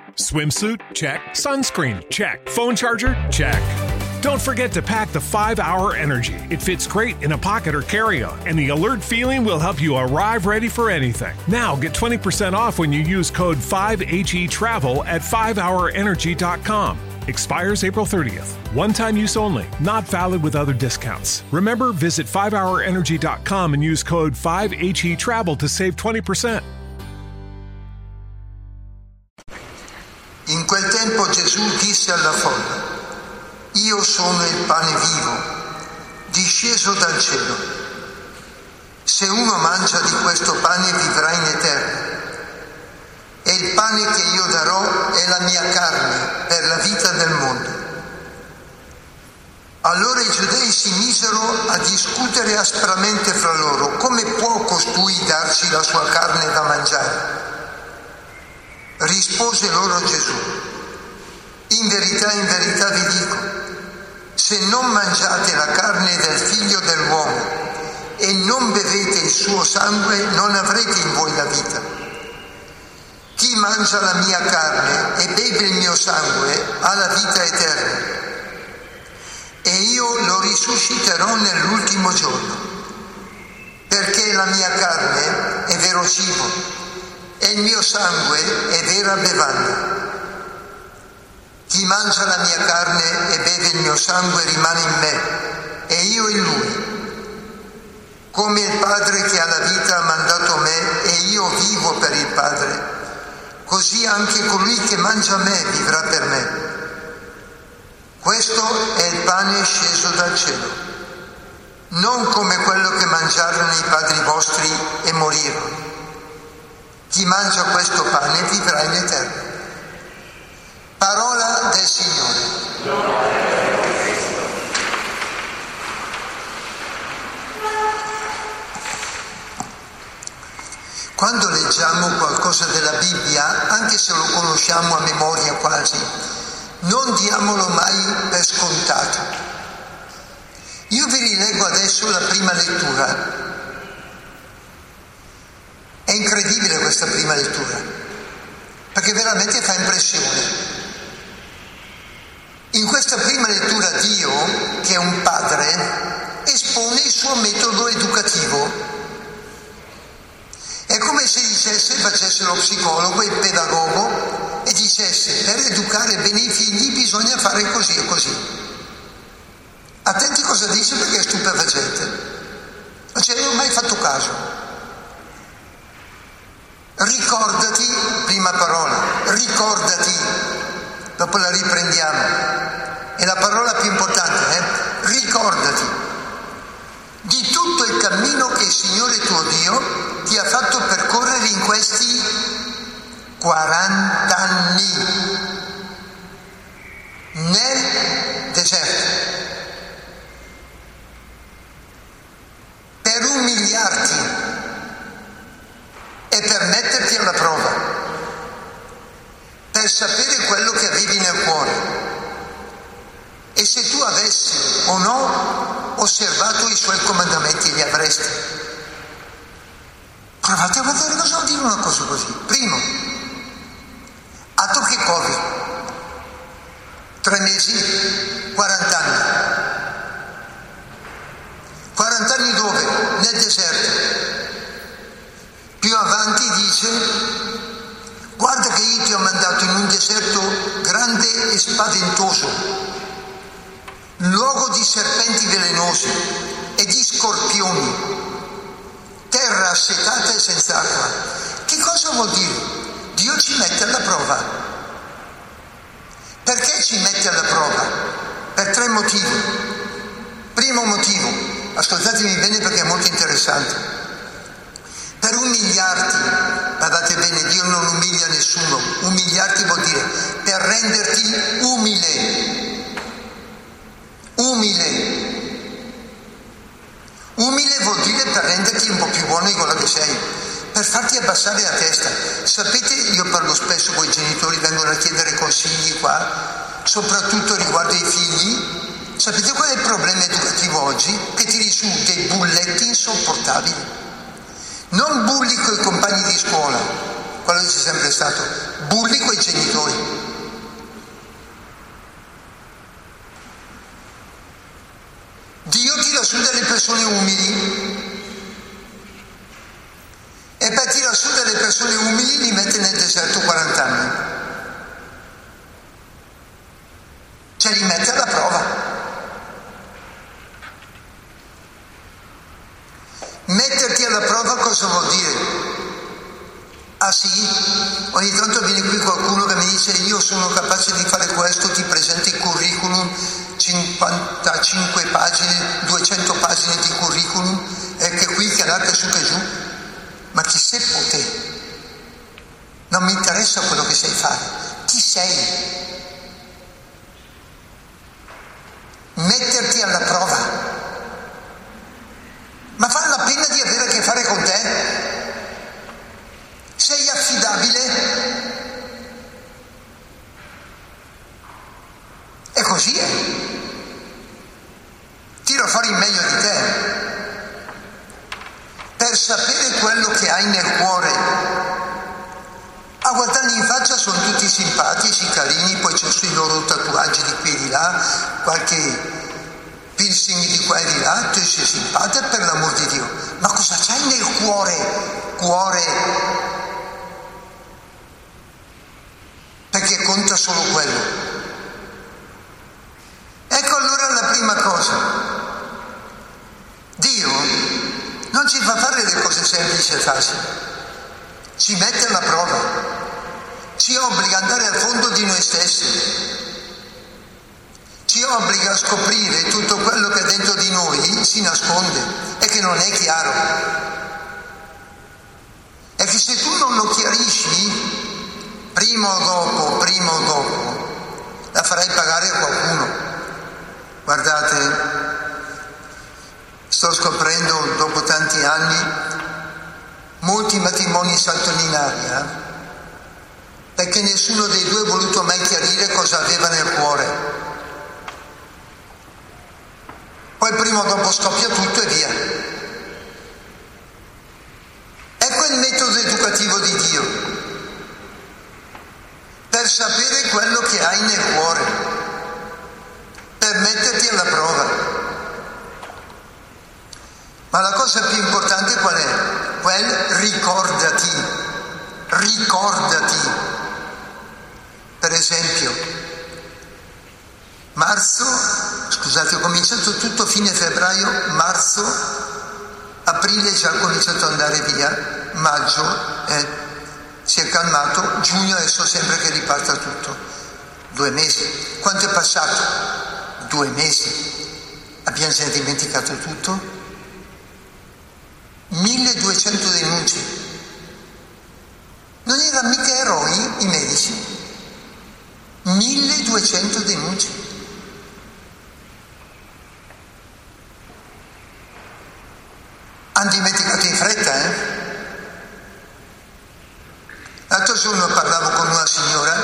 Swimsuit? Check. Sunscreen? Check. Phone charger? Check. Don't forget to pack the 5-Hour Energy. It fits great in a pocket or carry-on, and the alert feeling will help you arrive ready for anything. Now get 20% off when you use code 5HETRAVEL at 5hourenergy.com. Expires April 30th. One-time use only. Not valid with other discounts. Remember, visit 5hourenergy.com and use code 5HETRAVEL to save 20%. In quel tempo Gesù disse alla folla: Io sono il pane vivo, disceso dal cielo. Se uno mangia di questo pane vivrà in eterno. E il pane che io darò è la mia carne per la vita del mondo. Allora i giudei si misero a discutere aspramente fra loro: come può costui darci la sua carne da mangiare? Rispose loro Gesù: in verità vi dico, se non mangiate la carne del figlio dell'uomo e non bevete il suo sangue, non avrete in voi la vita. Chi mangia la mia carne e beve il mio sangue ha la vita eterna, e io lo risusciterò nell'ultimo giorno, perché la mia carne è vero cibo e il mio sangue è vera bevanda. Chi mangia la mia carne e beve il mio sangue rimane in me e io in lui. Come il Padre che ha la vita ha mandato me e io vivo per il Padre, così anche colui che mangia me vivrà per me. Questo è il pane sceso dal cielo, non come quello che mangiarono i padri vostri e morirono. Chi mangia questo pane vivrà in eterno. Parola del Signore. Quando leggiamo qualcosa della Bibbia, anche se lo conosciamo a memoria quasi, non diamolo mai per scontato. Io vi rileggo adesso la prima lettura. È incredibile questa prima lettura, perché veramente fa impressione. In questa prima lettura Dio, che è un padre, espone il suo metodo educativo. È come se dicesse, facesse lo psicologo, il pedagogo, e dicesse: per educare bene i figli bisogna fare così e così. Attenti cosa dice, perché è stupefacente. Non ci avevo mai fatto caso. Ricordati, prima parola, ricordati, dopo la riprendiamo, è la parola più importante, ricordati di tutto il cammino che il Signore tuo Dio ti ha fatto percorrere in questi 40 anni nel deserto, per umiliarti e per metterti alla prova, per sapere quello che avevi nel cuore e se tu avessi o no osservato i suoi comandamenti li avresti. Provate a guardare cosa vuol dire una cosa così. Primo, atto che Covid, 3 mesi, 40 anni. 40 anni dove? Nel deserto. Più avanti dice: guarda che io ti ho mandato in un deserto grande e spaventoso, luogo di serpenti velenosi e di scorpioni, terra assetata e senza acqua. Che cosa vuol dire? Dio ci mette alla prova. Perché ci mette alla prova? Per 3 motivi. Primo motivo, ascoltatemi bene perché è molto interessante. Per umiliarti, guardate bene, Dio non umilia nessuno, umiliarti vuol dire per renderti umile. Umile vuol dire per renderti un po' più buono di quello che sei, per farti abbassare la testa. Sapete, io parlo spesso con i genitori, vengono a chiedere consigli qua, soprattutto riguardo ai figli. Sapete qual è il problema educativo oggi? Che tiri su dei bulletti insopportabili. Non bulli con i compagni di scuola, quello che c'è sempre stato, bulli con i genitori. persone umili e per tirare su delle persone umili li mette nel deserto 40 anni. Cioè li mette alla prova. Metterti alla prova cosa vuol dire? Ah sì? Ogni tanto viene qui qualcuno che mi dice io sono capace di fare questo, ti presenta il curriculum, 55 pagine, 200 pagine di curriculum, e che qui che andate su che giù. Ma chi sei te? Non mi interessa quello che sai fare. Chi sei? Metterti alla prova. Ma vale la pena di avere a che fare con te? Sei affidabile? E così è. Tira fuori il meglio di te. Per sapere quello che hai nel cuore. A guardarli in faccia sono tutti simpatici, carini, poi c'è sui loro tatuaggi di qui e di là, qualche piercing di qua e di là, tu sei simpatico per l'amor di Dio. Ma cosa c'hai nel cuore? Cuore. Perché conta solo quello. Ecco allora la prima cosa. Dio non ci fa fare le cose semplici e facili, ci mette alla prova, ci obbliga ad andare al fondo di noi stessi, ci obbliga a scoprire tutto quello che dentro di noi si nasconde e che non è chiaro. E che se tu non lo chiarisci, prima o dopo, la farai pagare a qualcuno. Guardate, sto scoprendo dopo tanti anni molti matrimoni saltano in aria perché nessuno dei due ha voluto mai chiarire cosa aveva nel cuore. Poi prima o dopo scoppia tutto e via. Ecco il metodo educativo di Dio. Per sapere quello che hai nel cuore, per metterti alla prova. Ma la cosa più importante qual è? Ricordati. Per esempio, ho cominciato tutto fine febbraio, marzo, aprile già ho cominciato ad andare via, maggio si è calmato, giugno adesso sembra che riparta tutto. 2 mesi. Quanto è passato? 2 mesi. Abbiamo già dimenticato tutto? 1200 denunce. Non erano mica eroi i medici. 1200 denunce. Hanno dimenticato in fretta, L'altro giorno parlavo con una signora,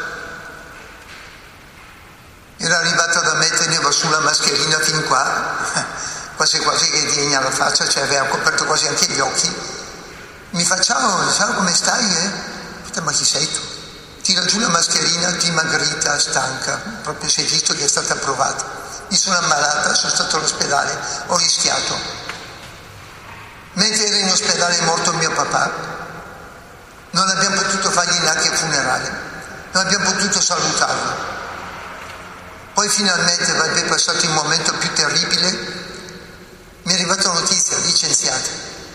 era arrivata da me, teneva sulla mascherina fin qua, quasi che digna la faccia, cioè aveva coperto quasi anche gli occhi. Mi fa ciao, come stai? Ma chi sei tu? Tira giù la mascherina, dimagrita, stanca, proprio si è visto che è stata provata. Mi sono ammalata, sono stato all'ospedale, ho rischiato. Mentre ero in ospedale è morto mio papà. Non abbiamo potuto fargli neanche il funerale, non abbiamo potuto salutarlo. Poi finalmente, è passato il momento più terribile, mi è arrivata la notizia, licenziata.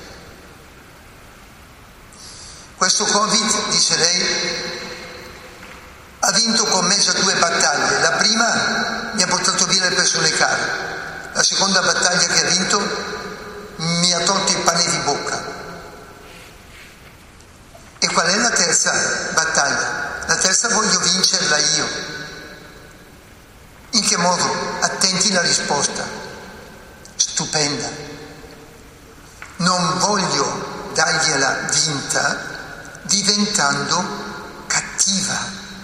Questo Covid, dice lei, ha vinto con me già 2 battaglie. La prima mi ha portato via le persone care, la seconda battaglia che ha vinto mi ha tolto il pane di bocca. E qual è la terza battaglia? La terza voglio vincerla io. In che modo? Attenti alla risposta. Stupenda. Non voglio dargliela vinta diventando cattiva,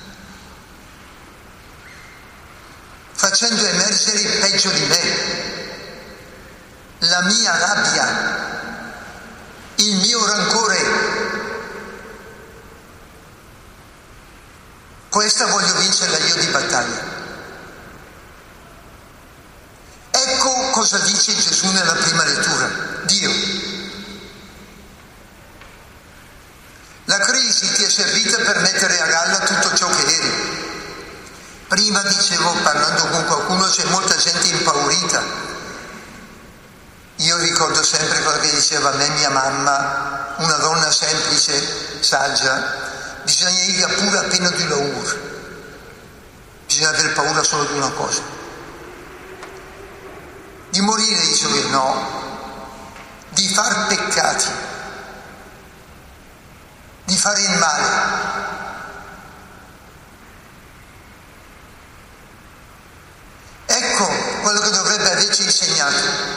facendo emergere il peggio di me, la mia rabbia, il mio rancore. Questa voglio vincerla io di battaglia. Ecco cosa dice Gesù nella prima lettura? Dio. La crisi ti è servita per mettere a galla tutto ciò che eri. Prima dicevo, parlando con qualcuno, c'è molta gente impaurita. Io ricordo sempre quello che diceva a me mia mamma, una donna semplice, saggia: bisogna ir pure appena di laur. Bisogna avere paura solo di una cosa. Di morire, dicevo io, no. Di far peccati. Di fare il male. Ecco quello che dovrebbe averci insegnato.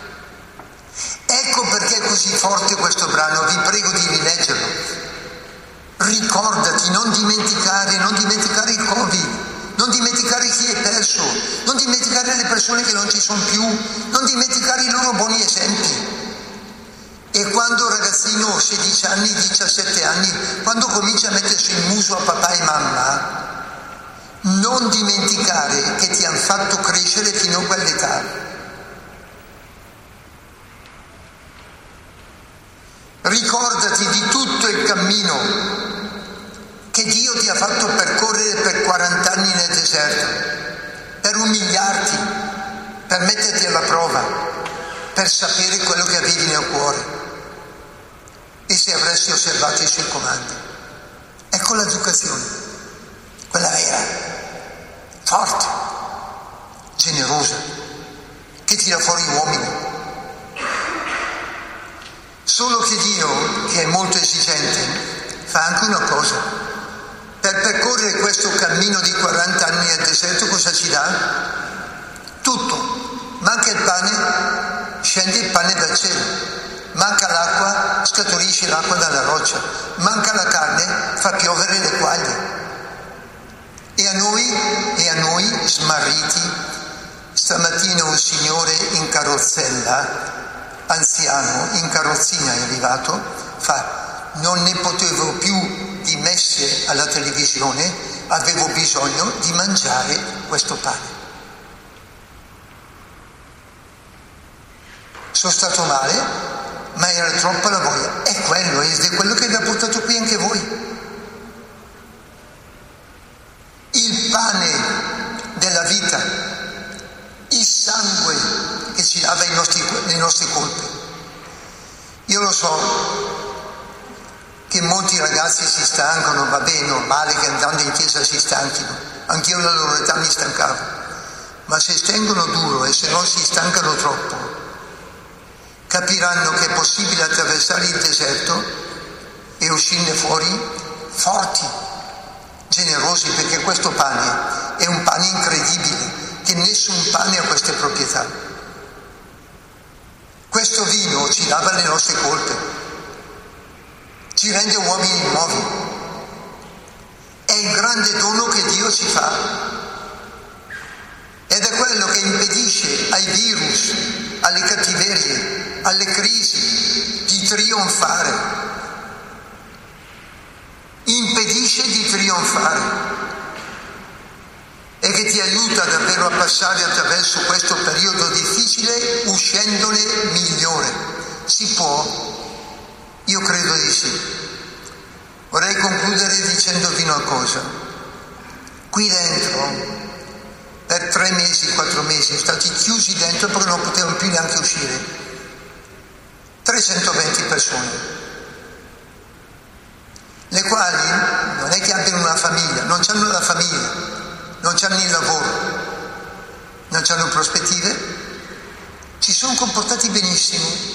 Ecco perché è così forte questo brano, vi prego di rileggerlo. Ricordati, non dimenticare il Covid, non dimenticare chi è perso, non dimenticare le persone che non ci sono più, non dimenticare i loro buoni esempi. E quando ragazzino, 16 anni, 17 anni, quando comincia a mettersi il muso a papà e mamma, non dimenticare che ti hanno fatto crescere fino a quell'età. Ricordati di tutto il cammino che Dio ti ha fatto percorrere per 40 anni nel deserto, per umiliarti, per metterti alla prova, per sapere quello che avevi nel cuore e se avresti osservato i suoi comandi. Ecco l'educazione, quella vera, forte, generosa, che tira fuori gli uomini. Solo che Dio, che è molto esigente, fa anche una cosa. Per percorrere questo cammino di 40 anni nel deserto cosa ci dà? Tutto. Manca il pane, scende il pane dal cielo. Manca l'acqua, scaturisce l'acqua dalla roccia. Manca la carne, fa piovere le quaglie. E a noi smarriti, stamattina un signore in carrozzella, anziano, in carrozzina è arrivato, fa: non ne potevo più di messe alla televisione, avevo bisogno di mangiare questo pane. Sono stato male, ma era troppa la voglia. È quello, ed è quello che vi ha portato qui anche voi. Il pane della vita, il sangue che ci lava le nostre colpe. Io lo so che molti ragazzi si stancano, va bene, normale che andando in chiesa si stanchino, anch'io alla loro età mi stancavo, ma se stengono duro e se non si stancano troppo, capiranno che è possibile attraversare il deserto e uscirne fuori forti, generosi, perché questo pane è un pane incredibile, che nessun pane ha queste proprietà. Questo vino ci lava le nostre colpe, ci rende uomini nuovi. È il grande dono che Dio ci fa ed è quello che impedisce ai virus, alle cattiverie, alle crisi di trionfare. Impedisce di trionfare e che ti aiuta davvero a passare attraverso questo periodo difficile uscendone migliore. Si può? Io credo di sì. Vorrei concludere dicendovi una cosa. Qui dentro, per 3 mesi, 4 mesi, stati chiusi dentro perché non potevano più neanche uscire. 320 persone, le quali non è che abbiano una famiglia, non hanno la famiglia, non hanno il lavoro, non hanno prospettive, si sono comportati benissimo.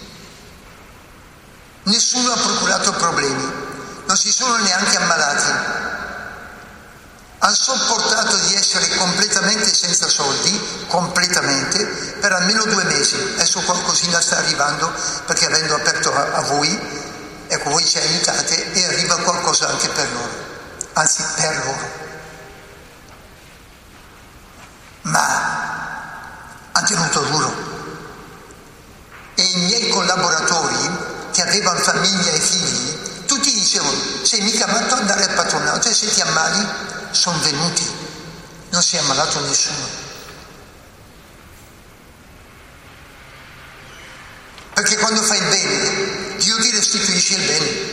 Nessuno ha procurato problemi, non si sono neanche ammalati. Hanno sopportato di essere completamente senza soldi, completamente, per almeno 2 mesi. Adesso qualcosina sta arrivando perché avendo aperto a voi, ecco, voi ci aiutate e arriva qualcosa anche per loro, anzi per loro. Ma ha tenuto duro. E i miei collaboratori, che avevano famiglia e figli, tutti dicevano: sei mica matto ad andare al patronato e se ti ammali? Sono venuti, non si è ammalato nessuno. Perché quando fai il bene, Dio ti restituisce il bene.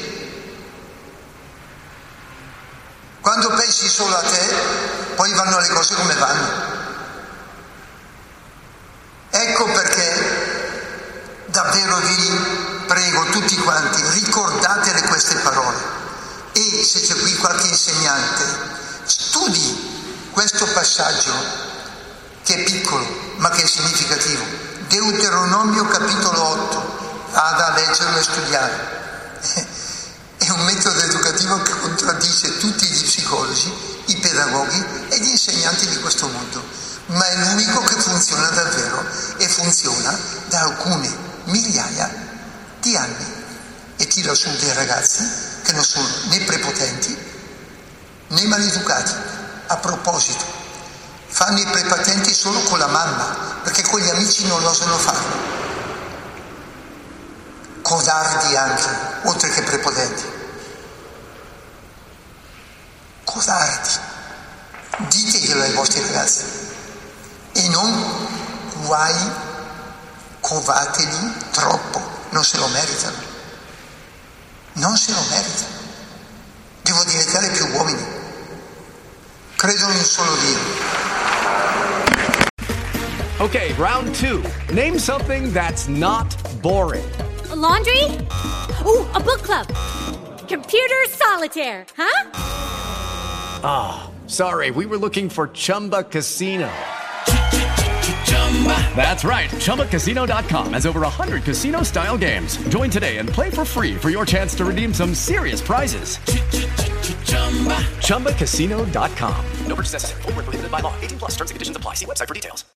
Quando pensi solo a te, poi vanno le cose come vanno. Ecco perché davvero vi prego tutti quanti, ricordatele queste parole e se c'è qui qualche insegnante, studi questo passaggio che è piccolo ma che è significativo. Deuteronomio capitolo 8, vada a leggerlo e studiare. È un metodo educativo che contraddice tutti gli psicologi, i pedagoghi e gli insegnanti di questo mondo, ma è l'unico che funziona davvero e funziona da alcune migliaia di anni e tira su dei ragazzi che non sono né prepotenti né maleducati. A proposito, fanno i prepotenti solo con la mamma, perché con gli amici non lo osano farlo. Codardi anche, oltre che prepotenti. Codardi. Diteglielo ai vostri ragazzi. E non guai, covateli troppo. Non se lo meritano. Non se lo meritano. Devo diventare più uomini. Credo in un solo Dio. Okay, round 2. Name something that's not boring. A laundry? Ooh, a book club. Computer solitaire, huh? Ah, sorry, we were looking for Chumba Casino. That's right, ChumbaCasino.com has over 100 casino-style games. Join today and play for free for your chance to redeem some serious prizes. ChumbaCasino.com. No purchase necessary. Void where prohibited by law. 18+ terms and conditions apply. See website for details.